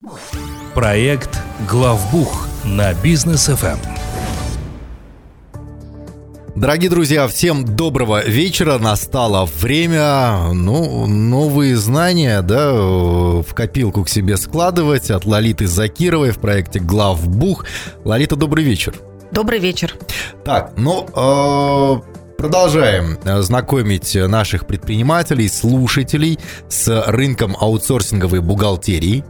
Проект «Главбух» на Бизнес ФМ. Дорогие друзья, всем доброго вечера. Настало время, новые знания, в копилку к себе складывать от Лолиты Закировой в проекте «Главбух». Лолита, добрый вечер. Добрый вечер. Так, продолжаем знакомить наших предпринимателей, слушателей с рынком аутсорсинговой бухгалтерии,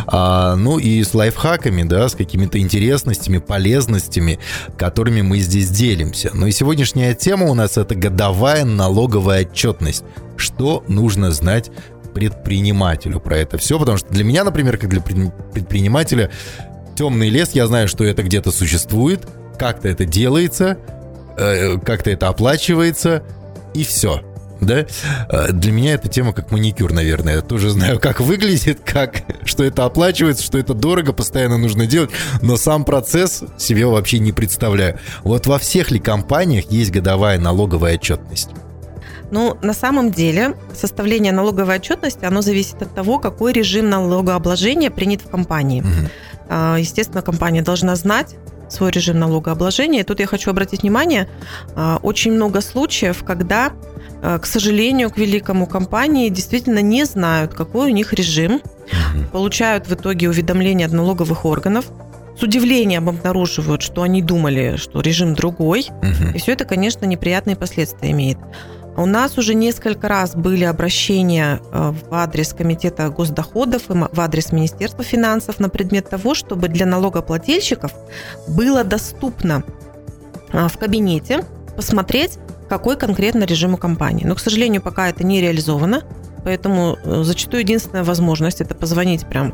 и с лайфхаками, с какими-то интересностями, полезностями, которыми мы здесь делимся. И сегодняшняя тема у нас – это годовая налоговая отчетность. Что нужно знать предпринимателю про это все? Потому что для меня, например, как для предпринимателя, темный лес, я знаю, что это где-то существует, как-то это делается, как-то это оплачивается, и все. Да? Для меня эта тема как маникюр, наверное. Я тоже знаю, как выглядит, что это оплачивается, что это дорого, постоянно нужно делать, но сам процесс себе вообще не представляю. Вот во всех ли компаниях есть годовая налоговая отчетность? На самом деле, составление налоговой отчетности, оно зависит от того, какой режим налогообложения принят в компании. Естественно, компания должна знать свой режим налогообложения. И тут я хочу обратить внимание, очень много случаев, когда, к сожалению, к великому, компании действительно не знают, какой у них режим, получают в итоге уведомления от налоговых органов, с удивлением обнаруживают, что они думали, что режим другой, и все это, конечно, неприятные последствия имеет. У нас уже несколько раз были обращения в адрес Комитета госдоходов и в адрес Министерства финансов на предмет того, чтобы для налогоплательщиков было доступно в кабинете посмотреть, какой конкретно режим у компании. Но, к сожалению, пока это не реализовано, поэтому зачастую единственная возможность – это позвонить прям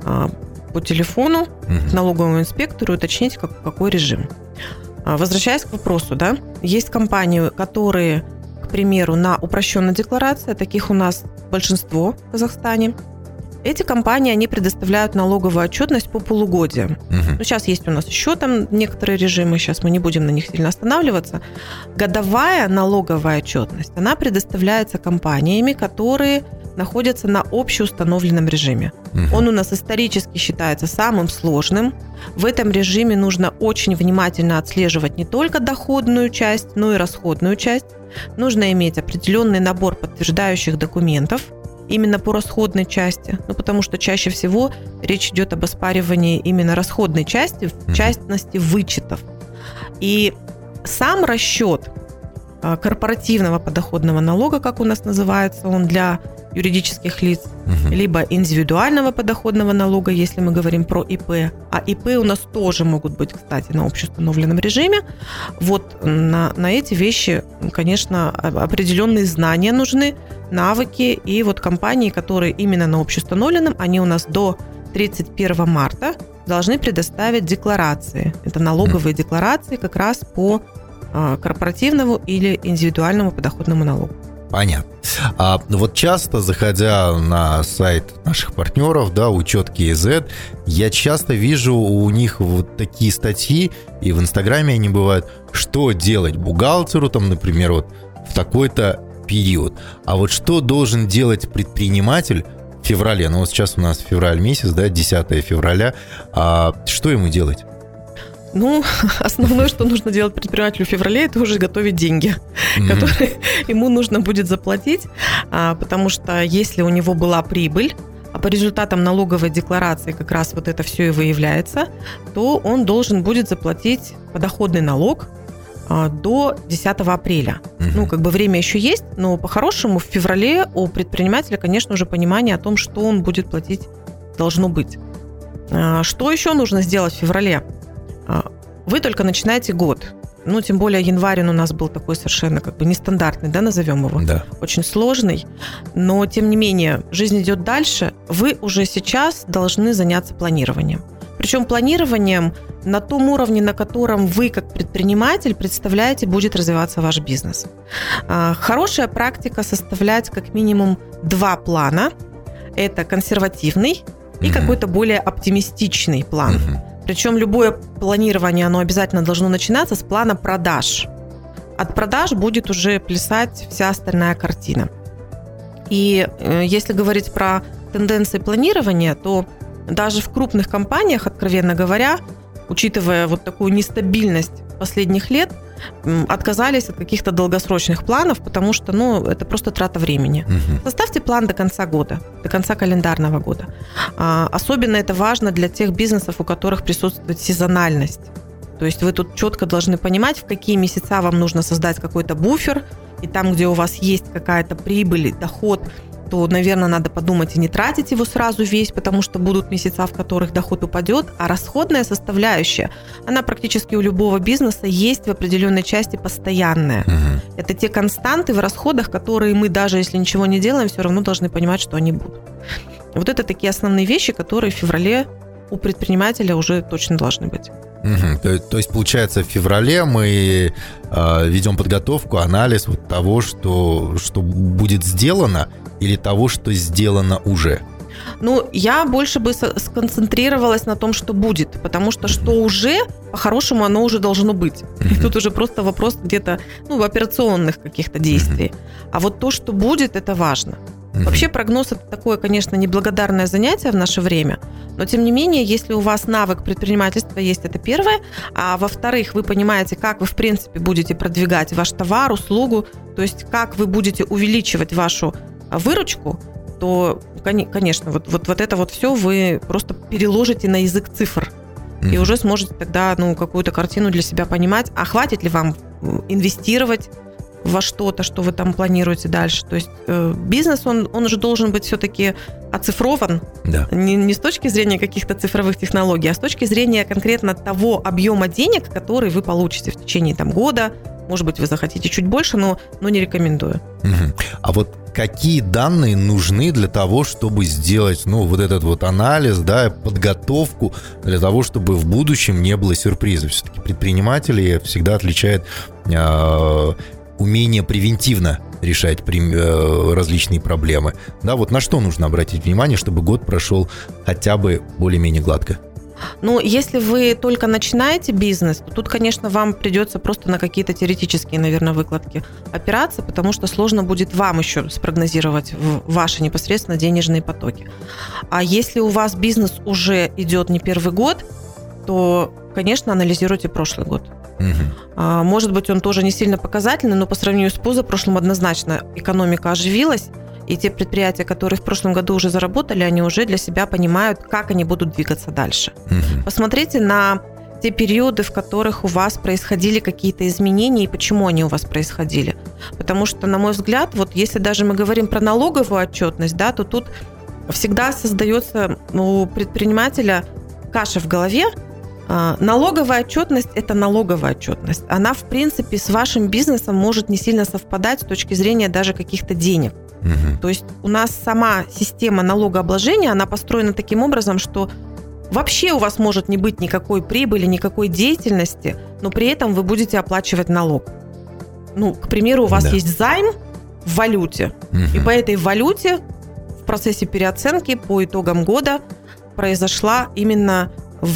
по телефону к налоговому инспектору и уточнить, какой режим. Возвращаясь к вопросу, есть компании, которые, к примеру, на упрощенной декларации, таких у нас большинство в Казахстане, эти компании, они предоставляют налоговую отчетность по полугодию. Сейчас есть у нас еще там некоторые режимы, сейчас мы не будем на них сильно останавливаться. Годовая налоговая отчетность, она предоставляется компаниями, которые находятся на общеустановленном режиме. Он у нас исторически считается самым сложным. В этом режиме нужно очень внимательно отслеживать не только доходную часть, но и расходную часть. Нужно иметь определенный набор подтверждающих документов именно по расходной части, потому что чаще всего речь идет об оспаривании именно расходной части, в частности вычетов. И сам расчет корпоративного подоходного налога, как у нас называется, он для юридических лиц, либо индивидуального подоходного налога, если мы говорим про ИП. А ИП у нас тоже могут быть, кстати, на общеустановленном режиме. Вот на эти вещи, конечно, определенные знания нужны, навыки. И вот компании, которые именно на общеустановленном, они у нас до 31 марта должны предоставить декларации. Это налоговые декларации как раз по корпоративному или индивидуальному подоходному налогу. Понятно. Вот часто, заходя на сайт наших партнеров, учет КИЗ, я часто вижу у них вот такие статьи, и в Инстаграме они бывают, что делать бухгалтеру, например, вот в такой-то период. А вот что должен делать предприниматель в феврале? Сейчас у нас февраль месяц, 10 февраля. Что ему делать? Основное, что нужно делать предпринимателю в феврале, это уже готовить деньги, которые ему нужно будет заплатить, потому что если у него была прибыль, а по результатам налоговой декларации как раз вот это все и выявляется, то он должен будет заплатить подоходный налог до 10 апреля. Время еще есть, но по-хорошему в феврале у предпринимателя, конечно, уже понимание о том, что он будет платить, должно быть. Что еще нужно сделать в феврале? Вы только начинаете год. Тем более январь у нас был такой совершенно нестандартный, назовем его. Да. Очень сложный. Но, тем не менее, жизнь идет дальше. Вы уже сейчас должны заняться планированием. Причем планированием на том уровне, на котором вы, как предприниматель, представляете, будет развиваться ваш бизнес. Хорошая практика составлять как минимум 2 плана. Это консервативный и какой-то более оптимистичный план. Причем любое планирование, оно обязательно должно начинаться с плана продаж. От продаж будет уже плясать вся остальная картина. И если говорить про тенденции планирования, то даже в крупных компаниях, откровенно говоря, учитывая вот такую нестабильность последних лет, отказались от каких-то долгосрочных планов, потому что, это просто трата времени. Составьте план до конца года, до конца календарного года. Особенно это важно для тех бизнесов, у которых присутствует сезональность. То есть вы тут четко должны понимать, в какие месяца вам нужно создать какой-то буфер, и там, где у вас есть какая-то прибыль, доход, то, наверное, надо подумать и не тратить его сразу весь, потому что будут месяца, в которых доход упадет, а расходная составляющая, она практически у любого бизнеса есть в определенной части постоянная. Это те константы в расходах, которые мы, даже если ничего не делаем, все равно должны понимать, что они будут. Вот это такие основные вещи, которые в феврале у предпринимателя уже точно должны быть. То есть, получается, в феврале мы ведем подготовку, анализ вот того, что будет сделано, или того, что сделано уже? Я больше бы сконцентрировалась на том, что будет, потому что что уже, по-хорошему, оно уже должно быть. И тут уже просто вопрос где-то, операционных каких-то действий. А вот то, что будет, это важно. Вообще прогноз – это такое, конечно, неблагодарное занятие в наше время, но тем не менее, если у вас навык предпринимательства есть, это первое, а во-вторых, вы понимаете, как вы, в принципе, будете продвигать ваш товар, услугу, то есть как вы будете увеличивать вашу выручку, то, конечно, вот это вот все вы просто переложите на язык цифр и уже сможете тогда какую-то картину для себя понимать, а хватит ли вам инвестировать во что-то, что вы там планируете дальше. То есть бизнес, он уже должен быть все-таки оцифрован, не с точки зрения каких-то цифровых технологий, а с точки зрения конкретно того объема денег, который вы получите в течение года. Может быть, вы захотите чуть больше, но не рекомендую. А вот какие данные нужны для того, чтобы сделать, вот этот вот анализ, подготовку для того, чтобы в будущем не было сюрпризов? Все-таки предприниматели всегда отличают умение превентивно решать различные проблемы. Вот на что нужно обратить внимание, чтобы год прошел хотя бы более-менее гладко? Если вы только начинаете бизнес, то тут, конечно, вам придется просто на какие-то теоретические, наверное, выкладки опираться, потому что сложно будет вам еще спрогнозировать ваши непосредственно денежные потоки. А если у вас бизнес уже идет не первый год, то, конечно, анализируйте прошлый год. Может быть, он тоже не сильно показательный, но по сравнению с позапрошлым однозначно экономика оживилась, и те предприятия, которые в прошлом году уже заработали, они уже для себя понимают, как они будут двигаться дальше. Посмотрите на те периоды, в которых у вас происходили какие-то изменения, и почему они у вас происходили. Потому что, на мой взгляд, если даже мы говорим про налоговую отчетность, то тут всегда создается у предпринимателя каша в голове. Налоговая отчетность – это налоговая отчетность. Она, в принципе, с вашим бизнесом может не сильно совпадать с точки зрения даже каких-то денег. То есть у нас сама система налогообложения, она построена таким образом, что вообще у вас может не быть никакой прибыли, никакой деятельности, но при этом вы будете оплачивать налог. К примеру, у вас есть займ в валюте, и по этой валюте в процессе переоценки по итогам года произошла именно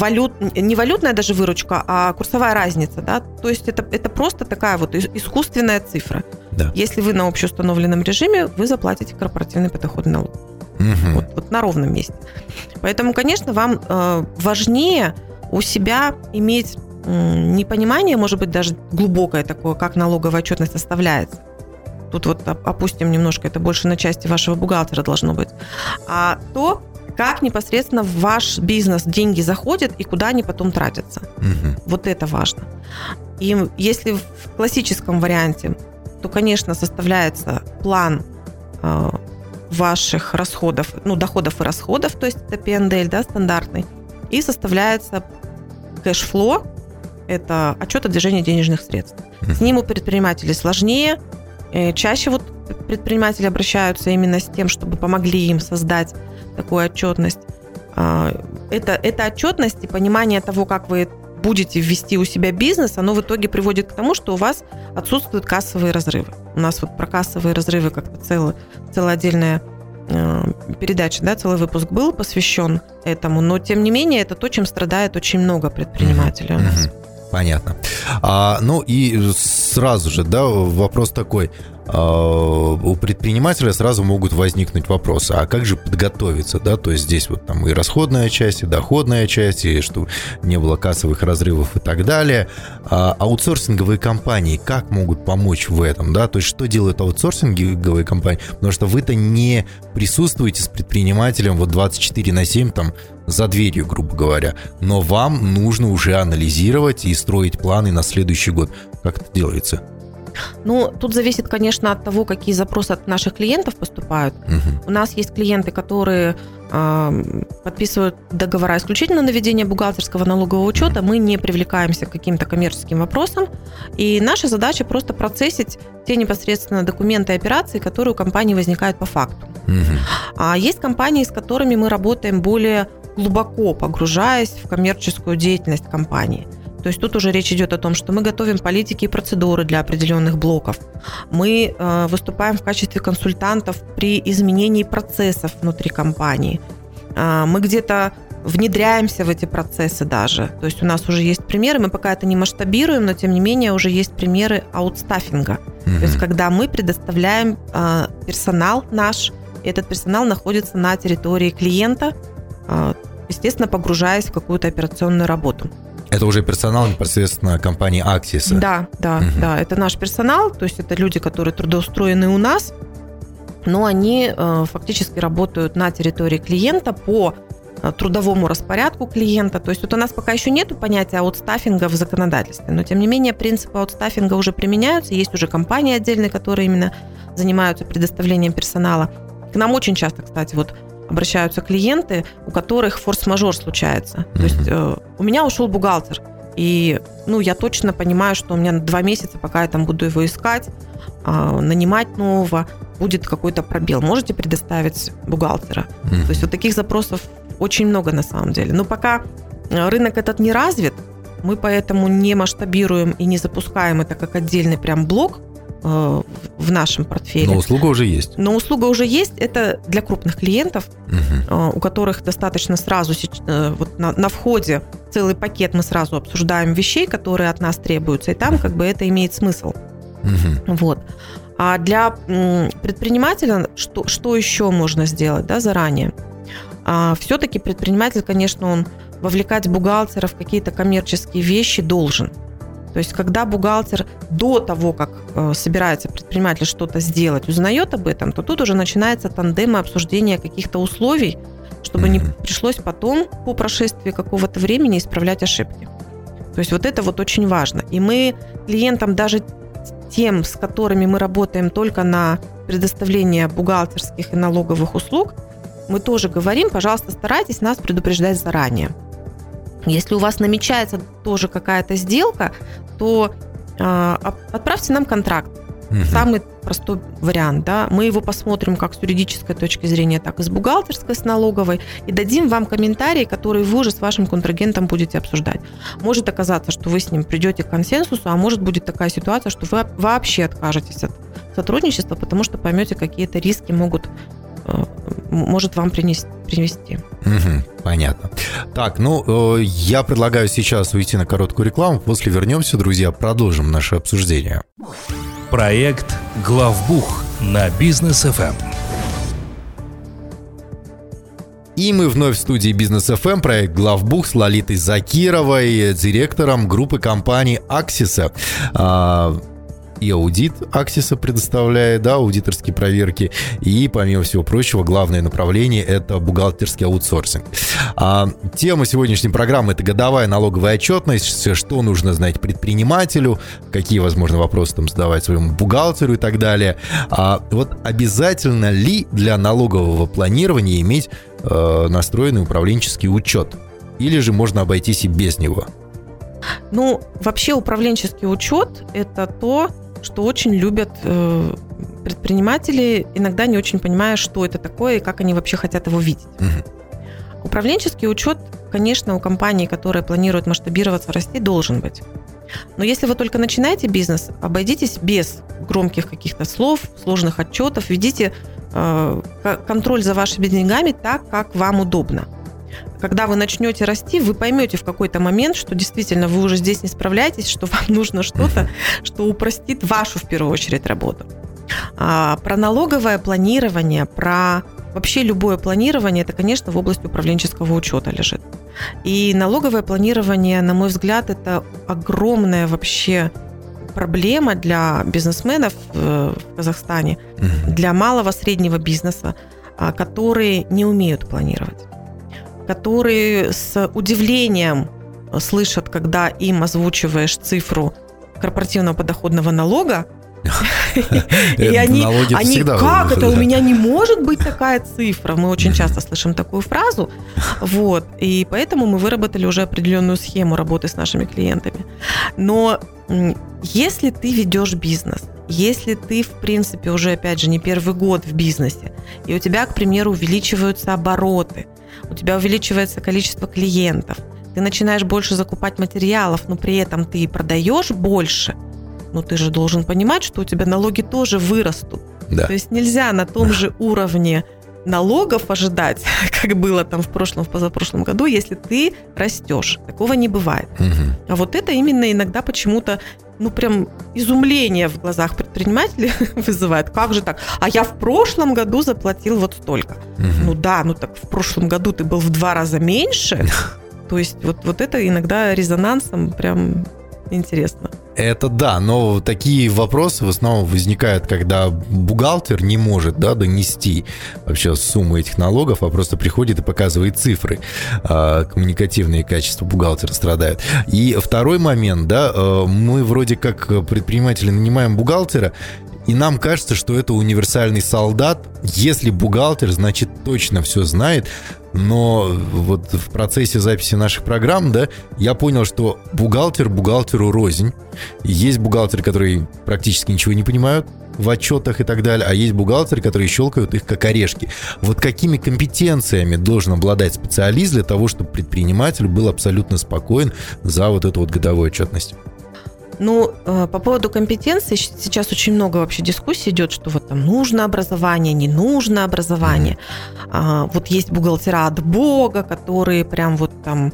не валютная даже выручка, а курсовая разница, то есть это просто такая искусственная цифра. Если вы на общеустановленном режиме, вы заплатите корпоративный подоходный налог. Вот на ровном месте. Поэтому, конечно, вам важнее у себя иметь не понимание, может быть, даже глубокое такое, как налоговая отчетность составляется. Тут опустим немножко, это больше на части вашего бухгалтера должно быть. А то, как непосредственно в ваш бизнес деньги заходят и куда они потом тратятся. Вот это важно. И если в классическом варианте, то, конечно, составляется план ваших расходов, доходов и расходов, то есть это P&L, стандартный, и составляется кэшфло, это отчет о движении денежных средств. С ним у предпринимателей сложнее, чаще предприниматели обращаются именно с тем, чтобы помогли им создать такую отчетность. Это отчетность и понимание того, как вы будете ввести у себя бизнес, оно в итоге приводит к тому, что у вас отсутствуют кассовые разрывы. У нас про кассовые разрывы как-то целая отдельная передача, целый выпуск был посвящен этому, но тем не менее это то, чем страдает очень много предпринимателей у нас. Понятно. И сразу же, вопрос такой. у предпринимателя сразу могут возникнуть вопросы, а как же подготовиться, да, то есть здесь вот там и расходная часть, и доходная часть, и что не было кассовых разрывов и так далее. Аутсорсинговые компании как могут помочь в этом, да, то есть что делают аутсорсинговые компании, потому что вы-то не присутствуете с предпринимателем вот 24/7 там за дверью, грубо говоря, но вам нужно уже анализировать и строить планы на следующий год. Как это делается? Ну, тут зависит, конечно, от того, какие запросы от наших клиентов поступают. У нас есть клиенты, которые подписывают договора исключительно на ведение бухгалтерского налогового учета. Мы не привлекаемся к каким-то коммерческим вопросам. И наша задача просто процессить те непосредственно документы и операции, которые у компании возникают по факту. А есть компании, с которыми мы работаем более глубоко, погружаясь в коммерческую деятельность компании. То есть тут уже речь идет о том, что мы готовим политики и процедуры для определенных блоков. Мы выступаем в качестве консультантов при изменении процессов внутри компании. Мы где-то внедряемся в эти процессы даже. То есть у нас уже есть примеры, мы пока это не масштабируем, но тем не менее уже есть примеры аутстаффинга. То есть когда мы предоставляем персонал наш, и этот персонал находится на территории клиента, естественно, погружаясь в какую-то операционную работу. Это уже персонал непосредственно компании Axis. Да, это наш персонал, то есть это люди, которые трудоустроены у нас, но они фактически работают на территории клиента по трудовому распорядку клиента. То есть вот у нас пока еще нет понятия аутстаффинга в законодательстве, но тем не менее принципы аутстаффинга уже применяются, есть уже компании отдельные, которые именно занимаются предоставлением персонала. К нам очень часто, кстати, вот обращаются клиенты, у которых форс-мажор случается. То есть у меня ушел бухгалтер, и я точно понимаю, что у меня 2 месяца, пока я там буду его искать, нанимать нового, будет какой-то пробел. Можете предоставить бухгалтера? То есть вот таких запросов очень много на самом деле. Но пока рынок этот не развит, мы поэтому не масштабируем и не запускаем это как отдельный прям блок в нашем портфеле. Но услуга уже есть. Это для крупных клиентов, у которых достаточно сразу вот на входе целый пакет мы сразу обсуждаем вещей, которые от нас требуются, и там как бы это имеет смысл. Вот. А для предпринимателя что еще можно сделать, да, заранее? Все-таки предприниматель, конечно, он вовлекать бухгалтера в какие-то коммерческие вещи должен. То есть, когда бухгалтер до того, как собирается предприниматель что-то сделать, узнает об этом, то тут уже начинается тандем и обсуждение каких-то условий, чтобы не пришлось потом, по прошествии какого-то времени, исправлять ошибки. То есть, вот это вот очень важно. И мы клиентам, даже тем, с которыми мы работаем только на предоставление бухгалтерских и налоговых услуг, мы тоже говорим, пожалуйста, старайтесь нас предупреждать заранее. Если у вас намечается тоже какая-то сделка, то отправьте нам контракт. Самый простой вариант. Да? Мы его посмотрим как с юридической точки зрения, так и с бухгалтерской, с налоговой, и дадим вам комментарии, которые вы уже с вашим контрагентом будете обсуждать. Может оказаться, что вы с ним придете к консенсусу, а может будет такая ситуация, что вы вообще откажетесь от сотрудничества, потому что поймете, какие-то риски может вам привести. Понятно. Так, я предлагаю сейчас уйти на короткую рекламу. После вернемся, друзья, продолжим наше обсуждение. Проект «Главбух» на Бизнес FM. И мы вновь в студии Бизнес FM, проект «Главбух» с Лолитой Закировой, директором группы компаний Axis. И аудит Axis предоставляет, да, аудиторские проверки. И, помимо всего прочего, главное направление – это бухгалтерский аутсорсинг. Тема сегодняшней программы – это годовая налоговая отчетность, что нужно знать предпринимателю, какие, возможно, вопросы там задавать своему бухгалтеру и так далее. Вот обязательно ли для налогового планирования иметь настроенный управленческий учет? Или же можно обойтись и без него? Вообще управленческий учет – это то, что очень любят предприниматели, иногда не очень понимая, что это такое и как они вообще хотят его видеть. Управленческий учет, конечно, у компании, которая планирует масштабироваться, расти, должен быть. Но если вы только начинаете бизнес, обойдитесь без громких каких-то слов, сложных отчетов, ведите контроль за вашими деньгами так, как вам удобно. Когда вы начнете расти, вы поймете в какой-то момент, что действительно вы уже здесь не справляетесь, что вам нужно что-то, что упростит вашу, в первую очередь, работу. Про налоговое планирование, про вообще любое планирование, это, конечно, в области управленческого учета лежит. И налоговое планирование, на мой взгляд, это огромная вообще проблема для бизнесменов в Казахстане, для малого, среднего бизнеса, которые не умеют планировать, которые с удивлением слышат, когда им озвучиваешь цифру корпоративного подоходного налога, и они как это, у меня не может быть такая цифра. Мы очень часто слышим такую фразу, вот, и поэтому мы выработали уже определенную схему работы с нашими клиентами. Но если ты ведешь бизнес, если ты, в принципе, уже, опять же, не первый год в бизнесе, и у тебя, к примеру, увеличиваются обороты, у тебя увеличивается количество клиентов, ты начинаешь больше закупать материалов, но при этом ты продаешь больше, но ты же должен понимать, что у тебя налоги тоже вырастут. Да. То есть нельзя на том же уровне налогов ожидать, как было там в прошлом, в позапрошлом году, если ты растешь. Такого не бывает. А вот это именно иногда почему-то, прям изумление в глазах предпринимателей вызывает. Как же так? А я в прошлом году заплатил вот столько. Так в прошлом году ты был в 2 раза меньше. То есть вот это иногда резонансом прям интересно. Это да, но такие вопросы в основном возникают, когда бухгалтер не может донести вообще сумму этих налогов, а просто приходит и показывает цифры. Коммуникативные качества бухгалтера страдают. И второй момент, мы вроде как предприниматели нанимаем бухгалтера, и нам кажется, что это универсальный солдат. Если бухгалтер, значит, точно все знает. Но вот в процессе записи наших программ, я понял, что бухгалтер бухгалтеру рознь. Есть бухгалтеры, которые практически ничего не понимают в отчетах и так далее, а есть бухгалтеры, которые щелкают их как орешки. Вот какими компетенциями должен обладать специалист для того, чтобы предприниматель был абсолютно спокоен за вот эту вот годовую отчетность? По поводу компетенции сейчас очень много вообще дискуссий идет, что вот там нужно образование, не нужно образование. Вот есть бухгалтера от Бога, которые прям вот там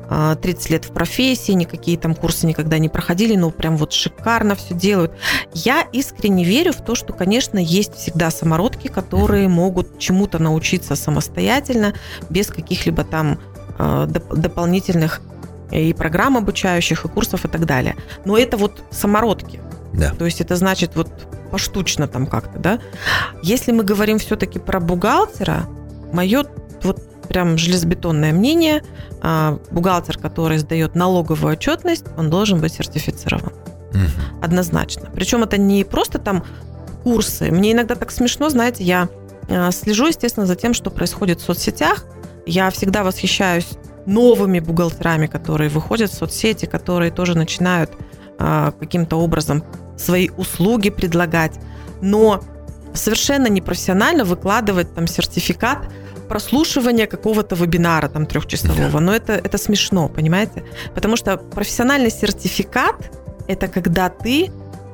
30 лет в профессии, никакие там курсы никогда не проходили, но прям вот шикарно все делают. Я искренне верю в то, что, конечно, есть всегда самородки, которые могут чему-то научиться самостоятельно, без каких-либо там дополнительных и программ обучающих, и курсов, и так далее. Но это вот самородки. Да. То есть это значит вот поштучно там как-то, Если мы говорим все-таки про бухгалтера, мое вот прям железобетонное мнение, бухгалтер, который сдает налоговую отчетность, он должен быть сертифицирован. Однозначно. Причем это не просто там курсы. Мне иногда так смешно, знаете, я слежу, естественно, за тем, что происходит в соцсетях. Я всегда восхищаюсь новыми бухгалтерами, которые выходят в соцсети, которые тоже начинают каким-то образом свои услуги предлагать, но совершенно непрофессионально выкладывать там сертификат прослушивания какого-то вебинара там 3-часового. Но это смешно, понимаете? Потому что профессиональный сертификат – это когда ты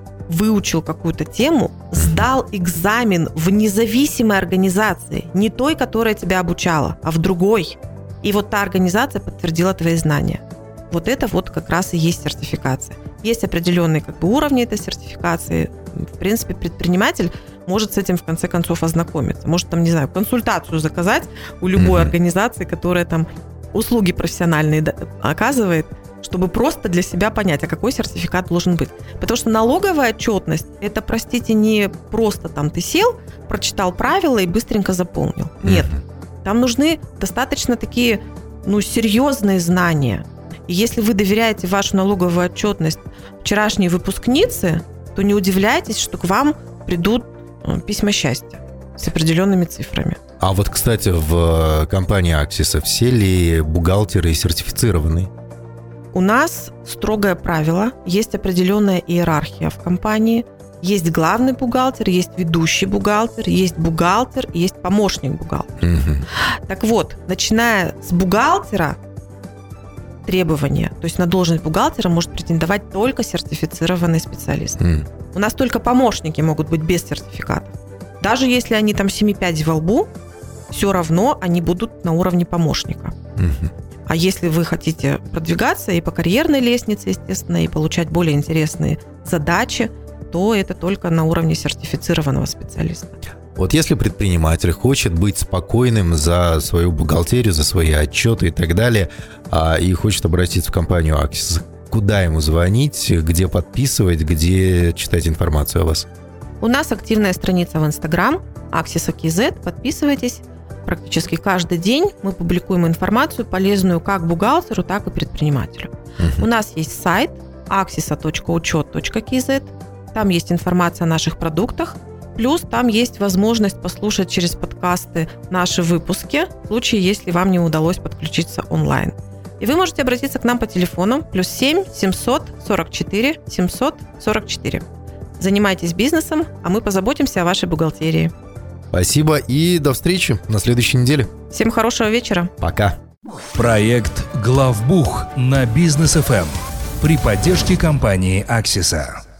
выучил какую-то тему, сдал экзамен в независимой организации, не той, которая тебя обучала, а в другой. И вот та организация подтвердила твои знания. Вот это вот как раз и есть сертификация. Есть определенные уровни этой сертификации. В принципе, предприниматель может с этим в конце концов ознакомиться. Может, там, не знаю, консультацию заказать у любой организации, которая там услуги профессиональные оказывает, чтобы просто для себя понять, а какой сертификат должен быть. Потому что налоговая отчетность – это, простите, не просто там ты сел, прочитал правила и быстренько заполнил. Нет. Там нужны достаточно такие, серьезные знания. И если вы доверяете вашу налоговую отчетность вчерашней выпускнице, то не удивляйтесь, что к вам придут письма счастья с определенными цифрами. А вот, кстати, в компании Аксиса все ли бухгалтеры сертифицированы? У нас строгое правило, есть определенная иерархия в компании. Есть главный бухгалтер, есть ведущий бухгалтер, есть бухгалтер, есть помощник бухгалтера. Так вот, начиная с бухгалтера, требования, то есть на должность бухгалтера может претендовать только сертифицированный специалист. У нас только помощники могут быть без сертификатов. Даже если они там 7 пядей во лбу, все равно они будут на уровне помощника. А если вы хотите продвигаться и по карьерной лестнице, естественно, и получать более интересные задачи, то это только на уровне сертифицированного специалиста. Вот если предприниматель хочет быть спокойным за свою бухгалтерию, за свои отчеты и так далее, и хочет обратиться в компанию Axis, куда ему звонить, где подписывать, где читать информацию о вас? У нас активная страница в Instagram Axis.kz, подписывайтесь. Практически каждый день мы публикуем информацию, полезную как бухгалтеру, так и предпринимателю. У нас есть сайт axisa.учет.kz, там есть информация о наших продуктах, плюс там есть возможность послушать через подкасты наши выпуски, в случае, если вам не удалось подключиться онлайн. И вы можете обратиться к нам по телефону +7 744 744. Занимайтесь бизнесом, а мы позаботимся о вашей бухгалтерии. Спасибо и до встречи на следующей неделе. Всем хорошего вечера. Пока. Проект «Главбух» на Бизнес ФМ при поддержке компании Axis.